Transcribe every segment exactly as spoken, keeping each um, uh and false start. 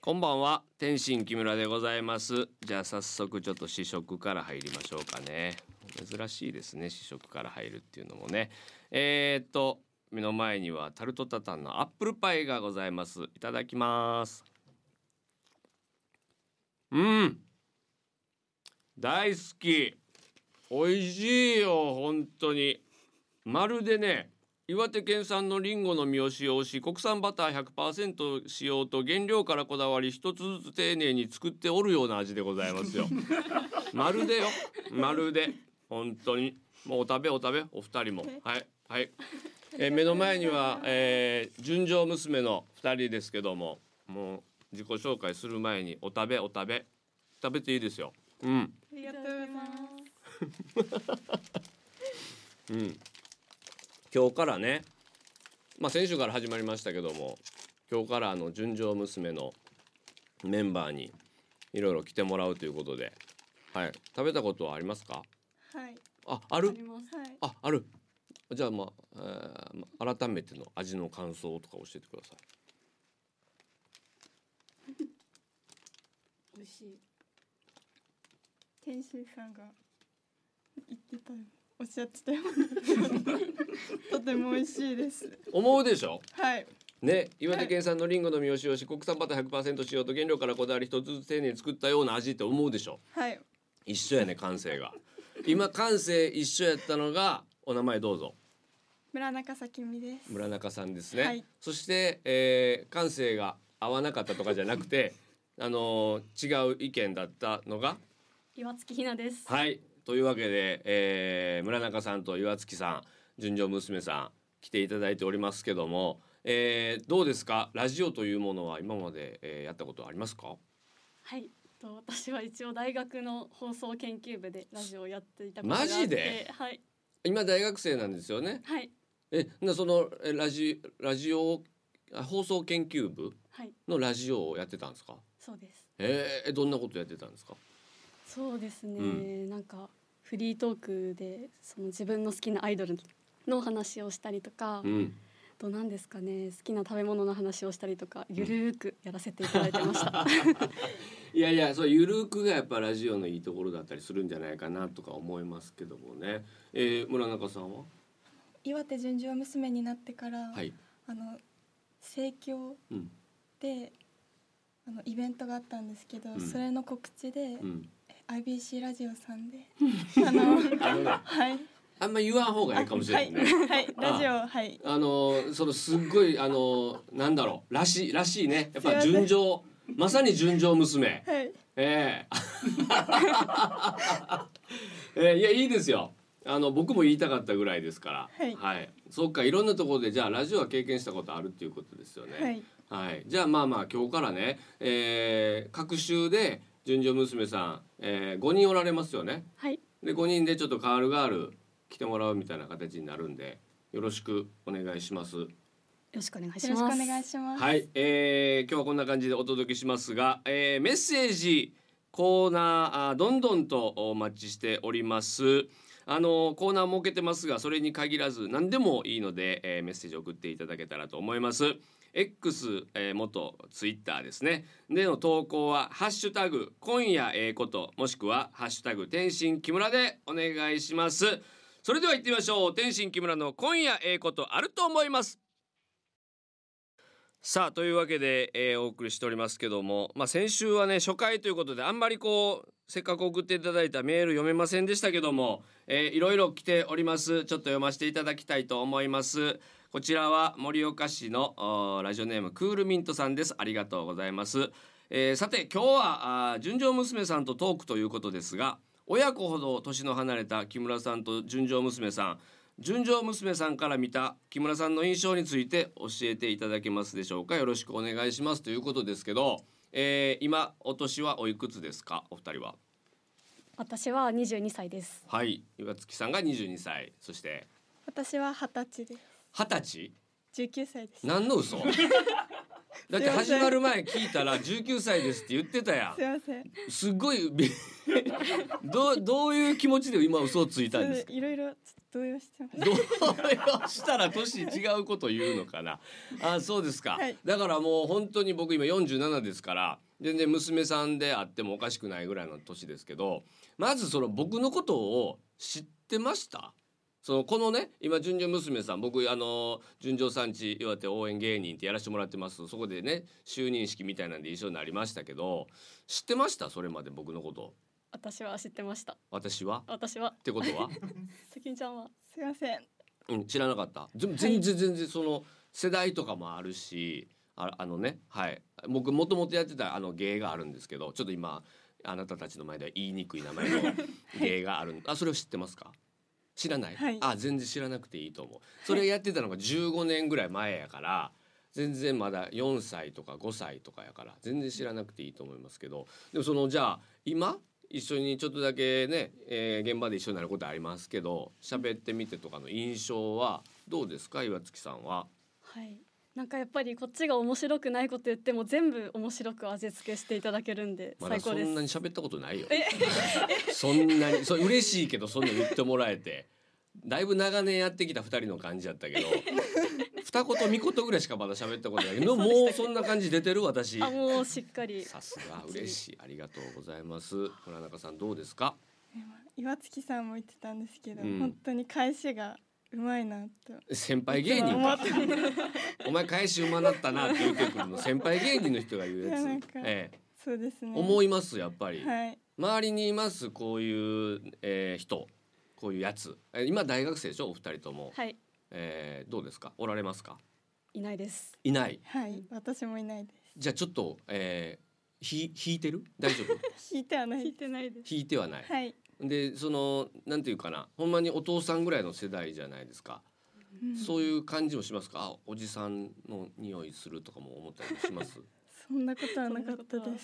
こんばんは、天心木村でございます。じゃあ早速ちょっと試食から入りましょうかね。珍しいですね、試食から入るっていうのもね。えー、っと目の前にはタルトタタンのアップルパイがございます。いただきます。うん、大好き。美味しいよ本当に。まるでね、岩手県産のリンゴの実を使用し、国産バター ひゃくパーセント 使用と原料からこだわり一つずつ丁寧に作っておるような味でございますよ。まるでよ、まるで本当に。もうお食べお食べお二人も。はいはい、えー、目の前には、えー、純情娘の二人ですけども、もう自己紹介する前にお食べお食べ食べていいですよ。うん、 ありがとうございます。 うん、今日からね、まあ先週から始まりましたけども、今日からあの純情娘のメンバーにいろいろ来てもらうということで、はい、食べたことはありますか？ はい。 あ、ある？ あります。はい。 あ、ある。じゃあまあ、えー、改めての味の感想とか教えてください。 美味しい。天心さんが言ってたよ。おっしゃってたよ。とても美味しいです。 思うでしょ？ はい。 ね、岩手県産のリンゴの実を使用し、国産バター ひゃくパーセント 使用と原料からこだわり一つずつ丁寧に作ったような味って思うでしょ？ はい。 一緒やね、感性が。今感性一緒やったのが、お名前どうぞ。 村中咲美です。 村中さんですね。 はい、 そして、えー、感性が合わなかったとかじゃなくて、あのー、違う意見だったのが岩月ひなです。 はい、というわけで、えー、村中さんと岩月さん、純情娘さん来ていただいておりますけども、えー、どうですか？ラジオというものは今まで、えー、やったことありますか？ はい、と私は一応大学の放送研究部でラジオをやっていたことがあって。 マジで？ はい。 今大学生なんですよね。 はい。 え、なそのラジラジオ放送研究部のラジオをやってたんですか？ そうです。 えー、どんなことやってたんですか？ そうですね、うん、なんかフリートークでその自分の好きなアイドルの話をしたりとか、うん、と何ですかね、好きな食べ物の話をしたりとか、ゆるーくやらせていただいてました。 いやいや、そうゆるーくがやっぱラジオのいいところだったりするんじゃないかなとか思いますけどもね。えー、村中さんは？ 岩手純情娘になってから、はい、あの生協で、うん、あのイベントがあったんですけど、うん、それの告知で、うん、アイビーシー ラジオさんであのあの、はい、 あんま言わん方がいいかもしれないね。 はい、はい、ラジオ、はい、 あのそのすっごいあのなんだろう、らしいらしいね。やっぱ純情、まさに純情娘。はい、えー、えー、いやいいですよ。あの僕も言いたかったぐらいですから。はい、はい、そっか、いろんなところでじゃあラジオは経験したことあるっていうことですよね。はい、はい、じゃあまあまあ今日からね、えー、各週で純情娘さん、えー、ごにんおられますよね。 はい。 でごにんでちょっとガールガール来てもらうみたいな形になるんで、よろしくお願いします。よろしくお願いします。 よろしくお願いします。 はい、えー、今日はこんな感じでお届けしますが、えー、メッセージコーナーどんどんとお待ちしております。あのコーナー設けてますが、それに限らず何でもいいので、えー、メッセージ送っていただけたらと思います。X、えー、元ツイッターですねでの投稿はハッシュタグ今夜ええこと、もしくはハッシュタグ天心木村でお願いします。それでは行ってみましょう。天心木村の今夜ええことあると思います。さあというわけで、えー、お送りしておりますけども、まあ、先週はね初回ということであんまりこうせっかく送っていただいたメール読めませんでしたけども、えー、いろいろ来ております。ちょっと読ませていただきたいと思います。こちらは盛岡市のラジオネームクールミントさんです。ありがとうございます。えー、さて今日は純情娘さんとトークということですが、親子ほど年の離れた木村さんと純情娘さん、純情娘さんから見た木村さんの印象について教えていただけますでしょうか。よろしくお願いしますということですけど、えー、今お年はおいくつですか、お二人は？ 私はにじゅうにさいです。 はい、岩月さんがにじゅうにさい、そして私ははたちです。 はたち？ じゅうきゅうさいです。 何の嘘？だって始まる前聞いたらじゅうきゅうさいですって言ってたやん。 すいません。 すごいどうどういう気持ちで今嘘をついたんですか？ いろいろ動揺してます。 動揺したら年違うこと言うのかな。あ、そうですか、はい、だからもう本当に僕今よんじゅうななですから全然娘さんであってもおかしくないぐらいの年ですけど、まずその僕のことを知ってました？そのこのね今純情娘さん、僕あの純情産地岩手応援芸人ってやらせてもらってます。そこでね就任式みたいなんで一緒になりましたけど、知ってました？それまで僕のこと。 私は知ってました。 私は私はってことはさきんちゃんはすいません、 うん、知らなかった。全然全然その世代とかもあるし、あ, あのね、はい、僕もともとやってたあの芸があるんですけど、ちょっと今あなたたちの前では言いにくい名前の芸があるあ、それを知ってますか？知らない、はい、あ、全然知らなくていいと思う。それやってたのがじゅうごねんぐらい前やから、全然まだよんさいとかごさいとかやから全然知らなくていいと思いますけど、でもそのじゃあ今一緒にちょっとだけね、えー、現場で一緒になることありますけど、喋ってみてとかの印象はどうですか、岩月さんは。 はい、なんかやっぱりこっちが面白くないこと言っても全部面白く味付けしていただけるんで最高です。 まだそんなに喋ったことないよそんなにそれ嬉しいけど、そんな言ってもらえてだいぶ長年やってきたふたりの感じやったけど二言三言ぐらいしかまだ喋ったことないけどもうそんな感じ出てる私。 あ、もうしっかり。 さすが嬉しい、ありがとうございます。村中さんどうですか？ 岩月さんも言ってたんですけど、うん、本当に返しがうまいなと。 先輩芸人かお前返しうまなったなって言ってくるの先輩芸人の人が言うやつ。ええ、 そうですね、 思いますやっぱり、 はい、 周りにいますこういう、えー、人、こういうやつ。今大学生でしょお二人とも。 はい、 えー、どうですか？おられますか？ いないです。 いない。 はい、私もいないです。 じゃあちょっと、えー、ひ引いてる？大丈夫？ 引いてはない。 引いてないです。 引いてはない。 はい。 でそのなんていうかな、ほんまにお父さんぐらいの世代じゃないですか、うん、そういう感じもしますか？あ、おじさんの匂いするとかも思ったりしますそんなことはなかったです。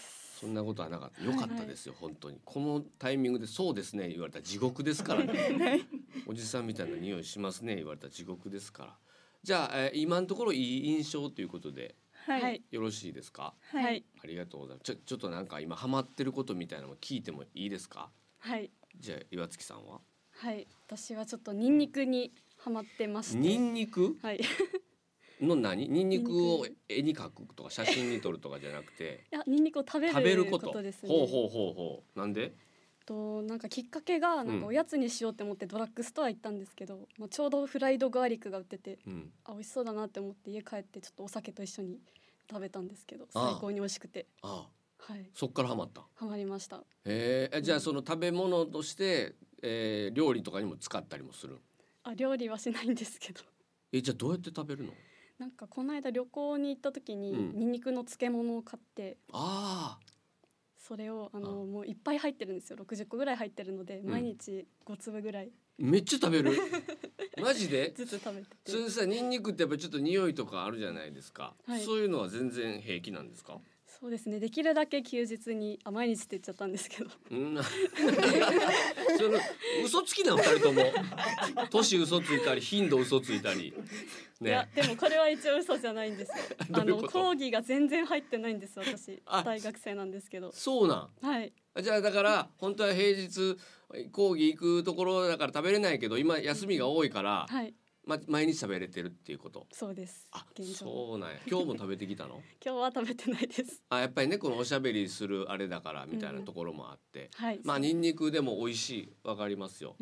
そんなことはなかった。よかったですよ、はい、本当にこのタイミングでそうですね言われたら地獄ですからね、はい、おじさんみたいな匂いしますね言われたら地獄ですから。じゃあ、えー、今のところいい印象ということで、 はい、 よろしいですか？ はい、 ありがとうございます。ちょ、ちょっとなんか今ハマってることみたいなのも聞いてもいいですか？ はい、 じゃあ岩月さんは。 はい、私はちょっとニンニクにハマってまして。 ニンニク、 はいの何？ニンニクを絵に描くとか写真に撮るとかじゃなくていや、ニンニクを食べる食べること、 ことですね。 ほうほうほうほう。なんで？ となんかきっかけがなんかおやつにしようって思ってドラッグストア行ったんですけど、まあ、ちょうどフライドガーリックが売ってて、うん、あ、美味しそうだなって思って家帰ってちょっとお酒と一緒に食べたんですけど最高に美味しくて、 ああ、 はい、 そっからハマった。 ハマりました。 へえ、じゃあその食べ物として、えー、料理とかにも使ったりもする？ あ、料理はしないんですけどえ、じゃあどうやって食べるの？ なんかこの間旅行に行った時に、うん、ニンニクの漬物を買って、 ああ、 それをあのもういっぱい入ってるんですよ。ろくじゅっこぐらい入ってるので、うん、毎日ご粒ぐらいめっちゃ食べるマジでずつ食べてて。 それさ、ニンニクってやっぱりちょっと匂いとかあるじゃないですか、はい、そういうのは全然平気なんですか？ そうですね、できるだけ休日に、あ、毎日って言っちゃったんですけどうんその嘘つきなのふたりとも年嘘ついたり頻度嘘ついたり、ね、 いやでもこれは一応嘘じゃないんですよあの講義が全然入ってないんです私。大学生なんですけど。 そうなん。 はい。 じゃあだから本当は平日講義行くところだから食べれないけど今休みが多いから、 はい、 ま、毎日食べれてるっていうこと。 そうです。 あ、そうなんや。今日も食べてきたの？ 今日は食べてないです。 あ、やっぱりね、このおしゃべりするあれだからみたいなところもあって、 うん、はい、 まあニンニクでも美味しい、わかりますよ、 うん、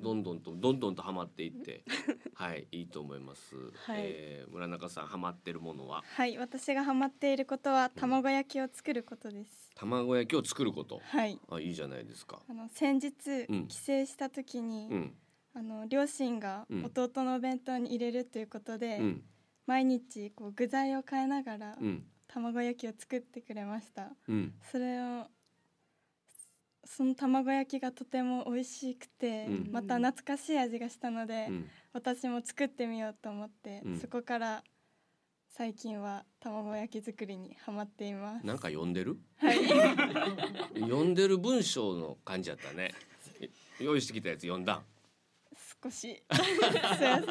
どんどんとどんどんとハマっていってはい、いいと思います、 はい、 えー、村中さんハマってるものは？ はい、私がハマっていることは卵焼きを作ることです、 うん、卵焼きを作ること。 はい。 あ、いいじゃないですか。 あの先日、うん、帰省した時に、うん、あの両親が弟のお弁当に入れるということで、うん、毎日こう具材を変えながら、うん、卵焼きを作ってくれました、うん、それをその卵焼きがとても美味しくて、うん、また懐かしい味がしたので、うん、私も作ってみようと思って、うん、そこから最近は卵焼き作りにハマっています。 なんか読んでる？ はい読んでる文章の感じだったね。用意してきたやつ読んだん？ 少しすいません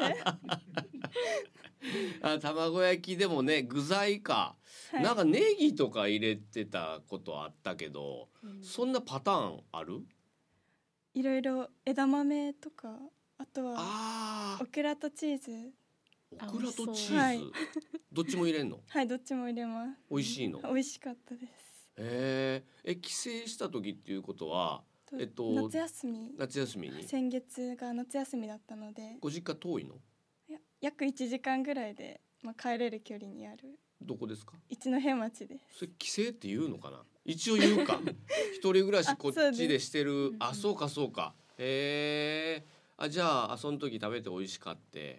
あ、卵焼きでもね、具材か、はい、なんかネギとか入れてたことあったけど、うん、そんなパターンある？ いろいろ枝豆とかあとはオクラとチーズ。 オクラとチーズ、はい、どっちも入れんの？ はい、どっちも入れます。 美味しいの？ 美味しかったです。 へえ、帰省した時っていうことは、 えっと夏休み。 夏休みに。 先月が夏休みだったので。 ご実家遠いの？ いや、約いちじかんぐらいで、まあ、帰れる距離にある。 どこですか？ 一戸町です。 それ帰省って言うのかな？一応言うか。一人暮らしこっちでしてる。あ、そうかそうか。へえ。あ、じゃあその時食べて美味しかって。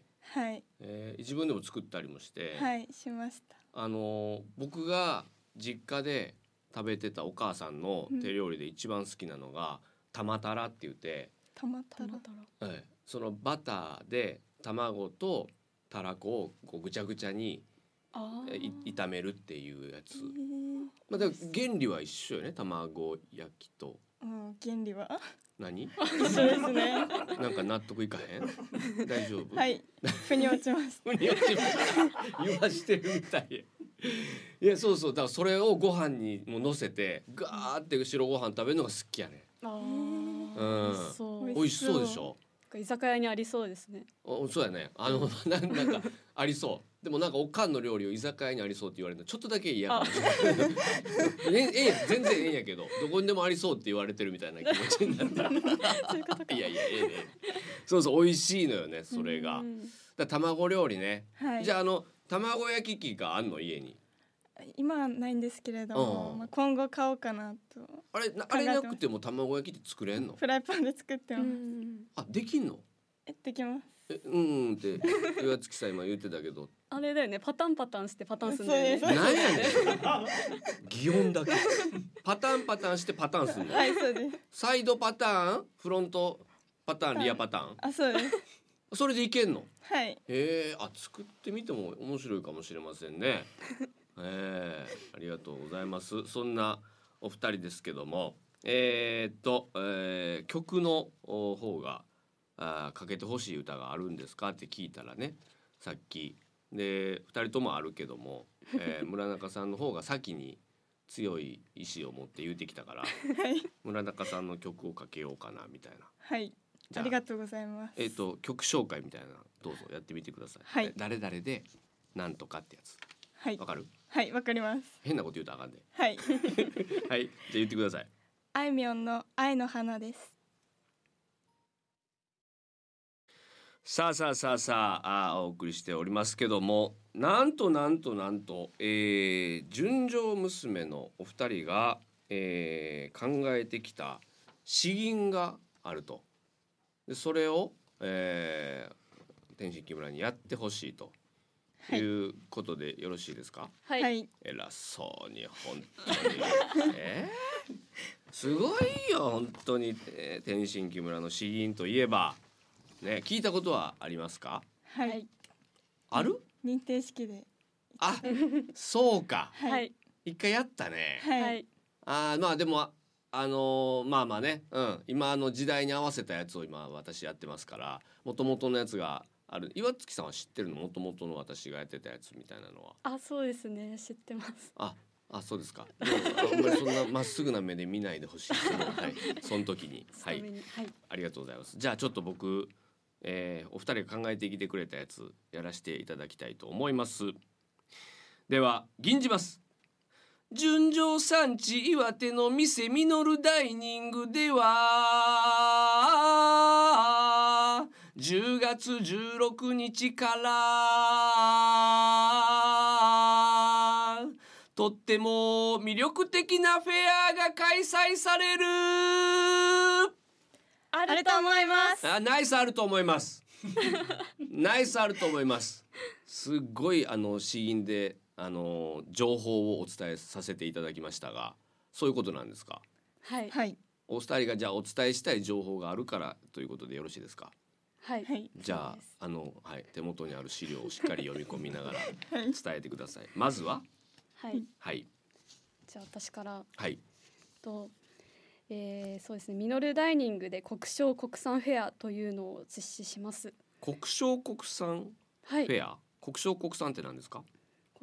はい、 えー、自分でも作ったりもして、 はい、しました。 あの僕が実家で食べてたお母さんの手料理で一番好きなのが、うん、玉たらって言って、 玉たら、 はい、そのバターで卵とたらこをこうぐちゃぐちゃに炒めるっていうやつ、えーまあ、だから原理は一緒よね、卵焼きと。 うん、原理は何？ 一緒ですね。 なんか納得いかへん？大丈夫？ はい。腑に落ちます。 腑に落ちました。言わしてるみたい。いや、そうそう、だからそれをご飯にも乗せてガーって白ご飯食べるのが好きやね。ああ、うん、美味しそうでしょ。 居酒屋にありそうですね。 お、そうやね。あのなんなんかありそう。でもなんかおかんの料理を居酒屋にありそうって言われるのちょっとだけ嫌かもしれない。ね、ええ、全然ええんやけど、どこにでもありそうって言われてるみたいな気持ちになった。そういうことか。いやいや、ええね。そうそう、美味しいのよね、それが。だ卵料理ね。はい、じゃああの卵焼き器があんの家に？ 今はないんですけれども、まあ、今後買おうかなと。 あれ、あれなくても卵焼きって作れんの？ フライパンで作ってます。 あ、できんの？ え、できます。 え、うんって岩月さん今言ってたけど、 あれだよね、パタンパタンしてパタンすんだよね。 なんやねん。擬音だけ。パタンパタンしてパタンすんの？ はい、そうです。 サイドパターン、フロントパターン、リアパターン。 あ、そうです。 それでいけんの？ はい。 えー、あ、作ってみても面白いかもしれませんね。えー、ありがとうございます。そんなお二人ですけども、えー、っと、えー、曲の方があかけてほしい歌があるんですかって聞いたらね、さっきでふたりともあるけども、えー、村中さんの方が先に強い意志を持って言うてきたから、はい、村中さんの曲をかけようかなみたいな。 はい、ありがとうございます。 えー、っと曲紹介みたいなどうぞやってみてください。 はい、 誰々でなんとかってやつ。 はい、 わかる？ はい、わかります。 変なこと言うとあかんで。 はい。 はい、じゃあ言ってください。 あいみょんの愛の花です。 さあさあさあさあ、あお送りしておりますけども、なんとなんとなんと、えー、純情娘のお二人が、えー、考えてきた詩吟があると。でそれを、えー、天心木村にやってほしいということでよろしいですか？ はい。 偉そうに本当に、えー、すごいよ本当に、えー、天心木村の詩吟といえばね、聞いたことはありますか？ はい。 ある？ 認定式で。 あ、そうか。 はい。 一回やったね。 はい。 あ、まあでもあのー、まあまあね、うん、今の時代に合わせたやつを今私やってますから、元々のやつがある。岩月さんは知ってるの？元々の私がやってたやつみたいなのは。 あ、そうですね、知ってます。 あ、あ、そうですか。あんまりそんなまっすぐな目で見ないでほしいですね。はい、その時に。はい、はい、ありがとうございます。じゃあちょっと僕、えー、お二人が考えてきてくれたやつやらせていただきたいと思います。では吟じます。純情産地岩手の店ミノルダイニングではじゅうがつじゅうろくにちからとっても魅力的なフェアが開催される。 あると思います。 あ、ナイスあると思いますナイスあると思います。すっごいあの詩吟であの情報をお伝えさせていただきましたが、そういうことなんですか？ はい、 はい、 お二人がじゃあお伝えしたい情報があるからということでよろしいですか？ はい、 じゃあ、あの、はい、手元にある資料をしっかり読み込みながら伝えてください。まずは、 はい、 はい、 じゃあ私から、 はい、 と、えー、そうですね、ミノルダイニングで国商国産フェアというのを実施します。 国商国産フェア、はい、国商国産って何ですか？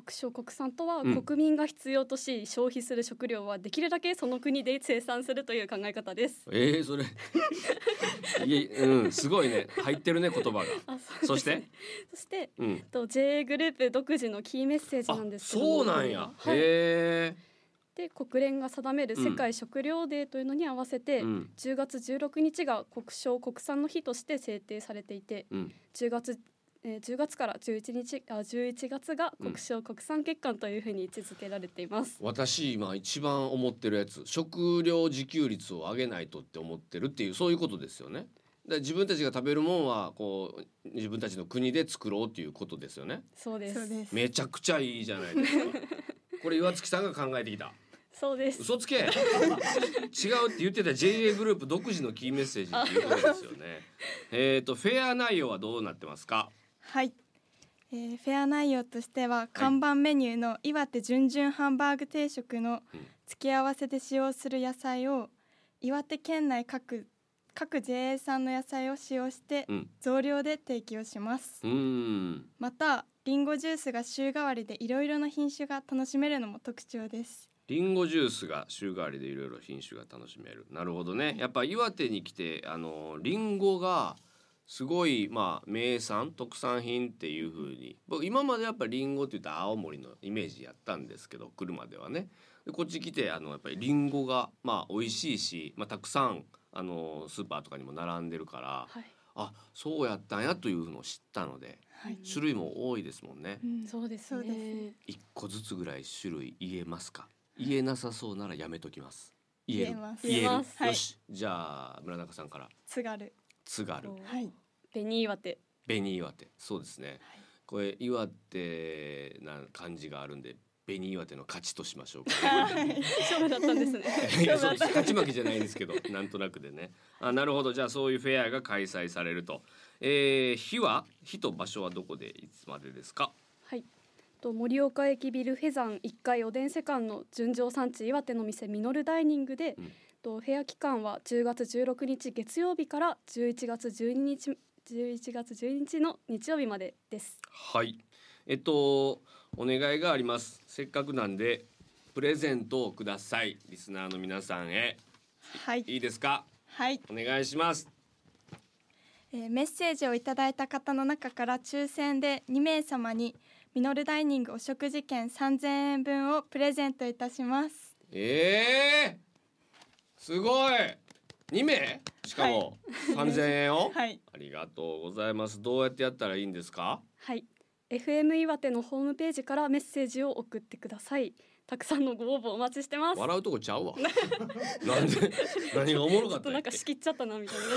消国産とは、うん、国民が必要とし消費する食料はできるだけその国で生産するという考え方です。 えー、それいや、うん、すごいね、入ってるね言葉が。あ、 そ, そしてそして、うん、と ジェーエー グループ独自のキーメッセージなんですけども、 そうなんや、はい、へー。 で国連が定める世界食糧デーというのに合わせて、うん、じゅうがつじゅうろくにちが国消国産の日として制定されていて、うん、じゅうがつえー、じゅうがつからじゅういちにちあじゅういちがつが国消国産月間というふうに位置づけられています、 うん、私今一番思ってるやつ、食料自給率を上げないとって思ってるっていう、そういうことですよね。で自分たちが食べるもんはこう自分たちの国で作ろうっていうことですよね。 そうです。 めちゃくちゃいいじゃないですかこれ岩月さんが考えてきた。 そうです。 嘘つけ違うって言ってた ジェーエー グループ独自のキーメッセージっていうことですよねえっとフェア内容はどうなってますか？ はい、えー、フェア内容としては看板メニューの岩手じゅんじゅんハンバーグ定食の付け合わせで使用する野菜を岩手県内各各 ジェーエー 産の野菜を使用して増量で提供します、うん、またリンゴジュースが週替わりでいろいろな品種が楽しめるのも特徴です。 リンゴジュースが週替わりでいろいろ品種が楽しめる。なるほどね。やっぱ岩手に来てあのリンゴがすごい、まあ、名産特産品っていう風に、僕今までやっぱりリンゴって言ったら青森のイメージやったんですけど、来るまではね。でこっち来てあのやっぱりリンゴが、まあ、美味しいし、まあ、たくさんあのスーパーとかにも並んでるから、はい、あ、そうやったんやというのを知ったので、はい、種類も多いですもんね、 うん、そうですね。 一個ずつぐらい種類言えますか？言えなさそうならやめときます。言える。 言えます。 言える。 はい、よし、じゃあ村中さんから。 津軽。 津軽。 はい。 紅岩手。 紅岩手。そうですね、はい、これ岩手な感じがあるんで紅岩手の勝ちとしましょうか、 ね、勝負だったんですねいやそう勝ち負けじゃないんですけどなんとなくでね。あ、なるほど。じゃあそういうフェアが開催されると、えー、日は日と場所はどこでいつまでですか？ はい、と盛岡駅ビルフェザンいっかいおでん世館の純情産地岩手の店ミノルダイニングで、うん、とフェア期間はじゅうがつじゅうろくにち月曜日からじゅういちがつじゅうににちじゅういちがつじゅうににちの日曜日までです。 はい、えっとお願いがあります。せっかくなんでプレゼントをください。リスナーの皆さんへ。 はい、 いいですか？ はい、 お願いします。 えー、メッセージをいただいた方の中から抽選でにめいさまにミノルダイニングお食事券さんぜんえんぶんをプレゼントいたします。 えー、すごい。にめいしかも、はい、さんぜんえんを、はい、ありがとうございます。どうやってやったらいいんですか？ はい、エフエム 岩手のホームページからメッセージを送ってください。たくさんのご応募お待ちしてます。 笑うとこちゃうわなんで何がおもろかったっけ？ なんか仕切っちゃったなみたいな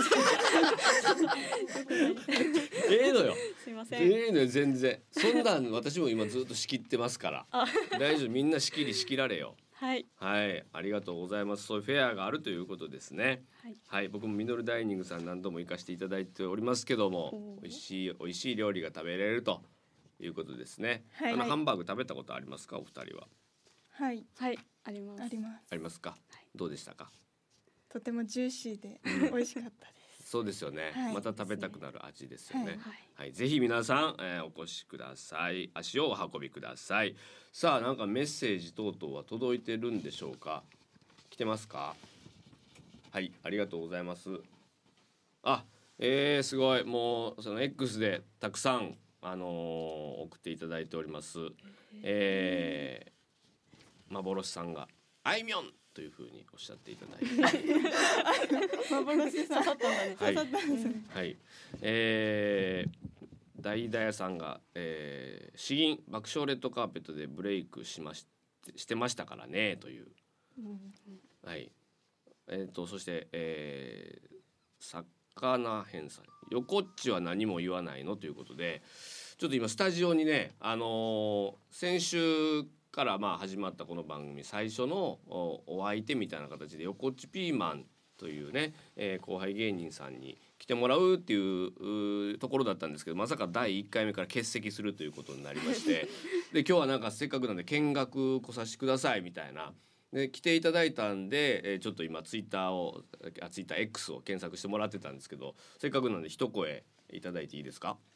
ええのよ。 すいません。 ええのよ全然。そんなん私も今ずっと仕切ってますから大丈夫。みんな仕切り仕切られよ。 はい、 はい、ありがとうございます。そういうフェアがあるということですね。はい、はい、僕もミノルダイニングさん何度も行かせていただいておりますけども、美味しい美味しい料理が食べれるということですね。はい、あのハンバーグ食べたことありますか？お二人は。 はいはい、ありますありますありますか、はい、どうでしたか？ とてもジューシーで美味しかったですそうですよね、はい、また食べたくなる味ですよね。はい、はい、ぜひ皆さん、えー、お越しください。足をお運びください。さあ、なんかメッセージ等々は届いてるんでしょうか？来てますか？はい、ありがとうございます。あ、えー、すごい。もうその X でたくさん、あのー、送っていただいております。えー、幻さんがあいみょんというふうにおっしゃっていただいて幻さんだったんだね。 はい、はい、えー、大々屋さんが、えー、詩吟爆笑レッドカーペットでブレイクしまししてましたからねという、はい、えーとそして、えー、魚編さん横っちは何も言わないのということで、ちょっと今スタジオにね、あのー、先週からまあ始まったこの番組最初の お, お相手みたいな形で横っちピーマンというね、えー、後輩芸人さんに来てもらうっていうところだったんですけど、まさかだいいっかいめから欠席するということになりましてで今日はなんかせっかくなんで見学来させてくださいみたいなで来ていただいたんで、えー、ちょっと今ツイッターをあツイッター X を検索してもらってたんですけど、せっかくなんで一声いただいていいですか？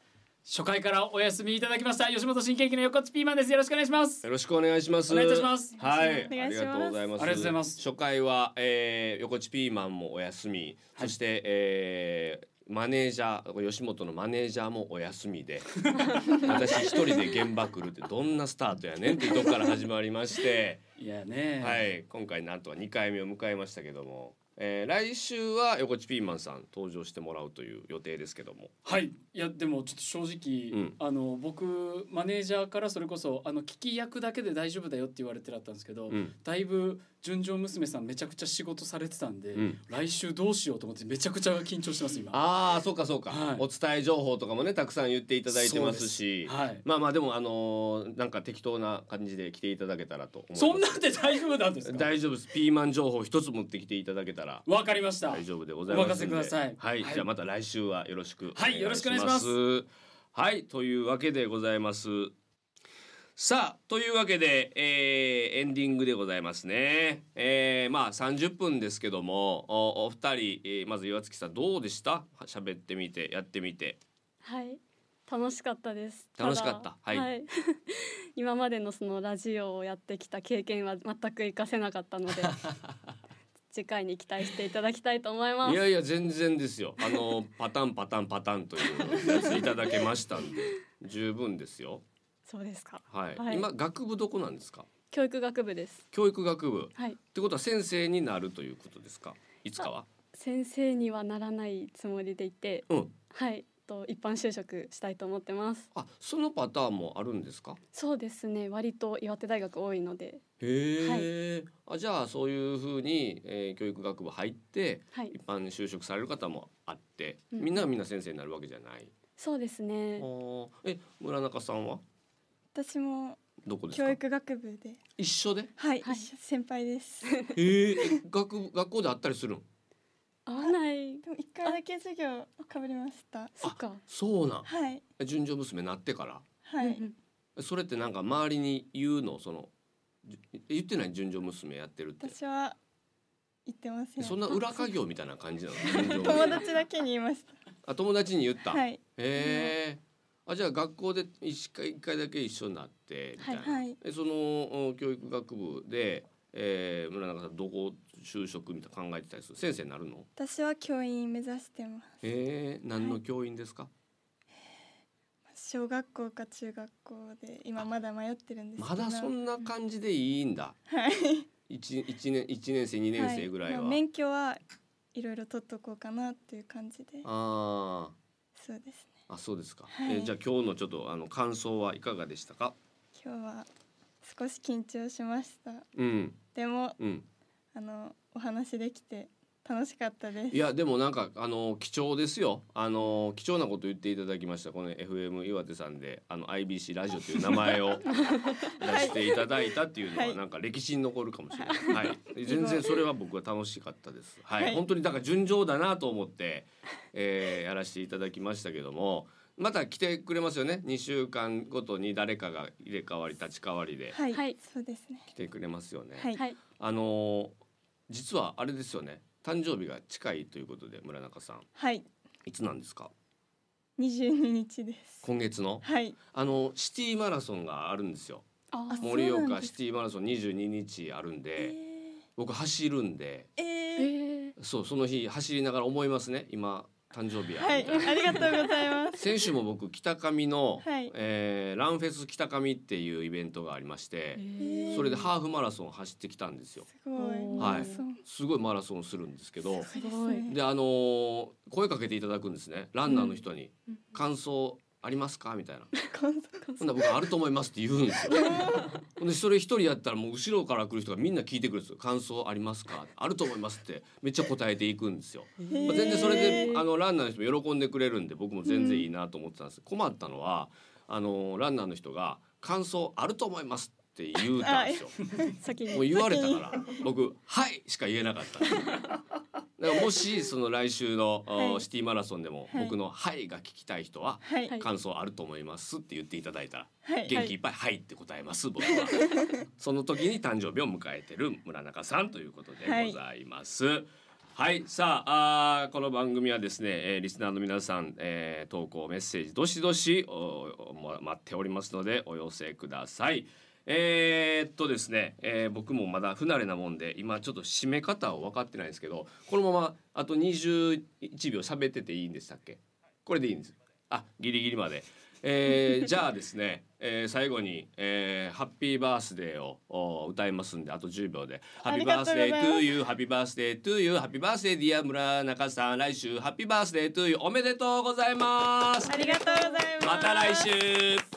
初回からお休みいただきました吉本新喜劇の横地ピーマンです。よろしくお願いします。 よろしくお願いします。 お願いいたします。 はい、 お願いします。 ありがとうございます。 ありがとうございます。 初回は、えー、横地ピーマンもお休み、そして、はい、えーマネージャー吉本のマネージャーもお休みで私一人で現場来るってどんなスタートやねんっていうとこから始まりましていやね、 はい、今回なんとかにかいめを迎えましたけども、えー、来週は横地ピーマンさん登場してもらうという予定ですけども。 はい、いやでもちょっと正直、うん、あの僕マネージャーからそれこそあの聞き役だけで大丈夫だよって言われてだったんですけど、うん、だいぶ純情娘さんめちゃくちゃ仕事されてたんで、うん、来週どうしようと思ってめちゃくちゃ緊張してます今。 ああそうかそうか、はい、お伝え情報とかもねたくさん言っていただいてますし、はい、まあまあでもあのー、なんか適当な感じで来ていただけたらと思います。 そんなんで大丈夫なんですか？ 大丈夫です。ピーマン情報一つ持ってきていただけたらわかりました。 大丈夫でございます。お任せください。 はい、はい、じゃあまた来週はよろしくお願いします。はい、 よろしくお願いします。 はい、というわけでございます。さあというわけで、えー、エンディングでございますね。えー、まあさんじゅっぷんですけども お, お二人、えー、まず岩月さんどうでした？喋ってみてやってみて。 はい楽しかったです。 楽しかった。はい。はい、 今までのそのラジオをやってきた経験は全く活かせなかったので次回に期待していただきたいと思います。 いやいや全然ですよ。あのパタンパタンパタンというやついただけましたんで十分ですよ。 そうですか。 はい。はい、今学部どこなんですか？ 教育学部です。 教育学部。 はい。 ってことは先生になるということですか？いつかは？ 先生にはならないつもりでいて、うん、はい。と一般就職したいと思ってます。 あ、そのパターンもあるんですか？ そうですね。割と岩手大学多いので。 へえ、はい。あ、じゃあそういう風に、えー、教育学部入って、はい、一般就職される方もあって、うん、みんながみんな先生になるわけじゃない。 そうですね。 え、村中さんは？ 私もどこですか？ 教育学部で。 一緒で？ はい、はい、一緒先輩です。 へえ、学学校で会ったりするん？ 合わない。 でも一回だけ授業かぶりました。 そっか。 そうなん。 はい。 純情娘なってから。 はい。 それってなんか周りに言うのその言ってない純情娘やってるって。 私は言ってません。 そんな裏稼業みたいな感じなの？ 友達だけに言いました。 あ、友達に言った。 はい。 へえ。あ、じゃあ学校で一回一回だけ一緒になってみたいな。はい。え、その教育学部で、えー、村中さんどこ就職みたいな考えてたりする？先生になるの？ 私は教員目指してます。 えー、何の教員ですか？はい、 小学校か中学校で今まだ迷ってるんですけど。 まだそんな感じでいいんだ。 はい。 一一年一年生二年生ぐらいは。 はい、まあ、免許はいろいろ取っとこうかなっていう感じで。 ああ。 そうですね。 あ、そうですか。 はい、 えー、じゃあ今日のちょっとあの感想はいかがでしたか？ 今日は少し緊張しました。 うん。 でも。 うん。 あのお話できて楽しかったです。 いやでもなんかあの貴重ですよ。あの貴重なこと言っていただきました。この エフエム 岩手さんであの アイビーシー ラジオという名前を出していただいたっていうのはなんか歴史に残るかもしれない。はい。全然それは僕は楽しかったです。はい。はい、本当にだから純情だなと思って、えー、やらせていただきましたけども。また来てくれますよね。にしゅうかんごとに誰かが入れ替わり立ち替わりで、 はい、そうですね。 来てくれますよね。 はい。 あの実はあれですよね。誕生日が近いということで村中さん。 はい。 いつなんですか？ にじゅうににちです。 今月の。 はい。 あのシティマラソンがあるんですよ。あ、盛岡シティマラソンにじゅうににちあるんで、えー、僕走るんで、 えー、 そうその日走りながら思いますね。今。誕生日やはい、ありがとうございます。 先週も僕北上の、 はい、 えー、ランフェス北上っていうイベントがありまして、それでハーフマラソン走ってきたんですよ。 すごい、 はい、すごいマラソンするんですけど、 すごいであのー、声かけていただくんですね。ランナーの人に、うん、感想ありますかみたいな。ほんな僕あると思いますって言うんですよ。でそれ一人やったらもう後ろから来る人がみんな聞いてくるんですよ。感想ありますか？あると思いますってめっちゃ答えていくんですよ。まあ、全然それであのランナーの人も喜んでくれるんで僕も全然いいなと思ってたんです。困ったのはあのランナーの人が感想あると思いますって言うたんですよ。もう言われたから僕はいしか言えなかったんです。だからもしその来週の、はい、シティマラソンでも僕のはいが聞きたい人は、はい、感想あると思いますって言っていただいたら、はい、元気いっぱいはいって答えます僕は。その時に誕生日を迎えてる村中さんということでございます。はい、 はいさあ、あこの番組はですね、えー、リスナーの皆さん、えー、投稿メッセージどしどしお待っておりますのでお寄せください。えー、っとですね、えー、僕もまだ不慣れなもんで今ちょっと締め方を分かってないんですけど、このままあとにじゅういちびょう喋ってていいんでしたっけ？これでいいんです。あ、ギリギリまで。えー、じゃあですね、えー、最後に、えー、ハッピーバースデーを歌いますんで、あとじゅうびょうでハッピーバースデートゥーユー、ハッピーバースデートゥーユー、ハッピーバースデーディア村中さん、来週ハッピーバースデートゥーユーおめでとうございます。 ありがとうございます。 また来週。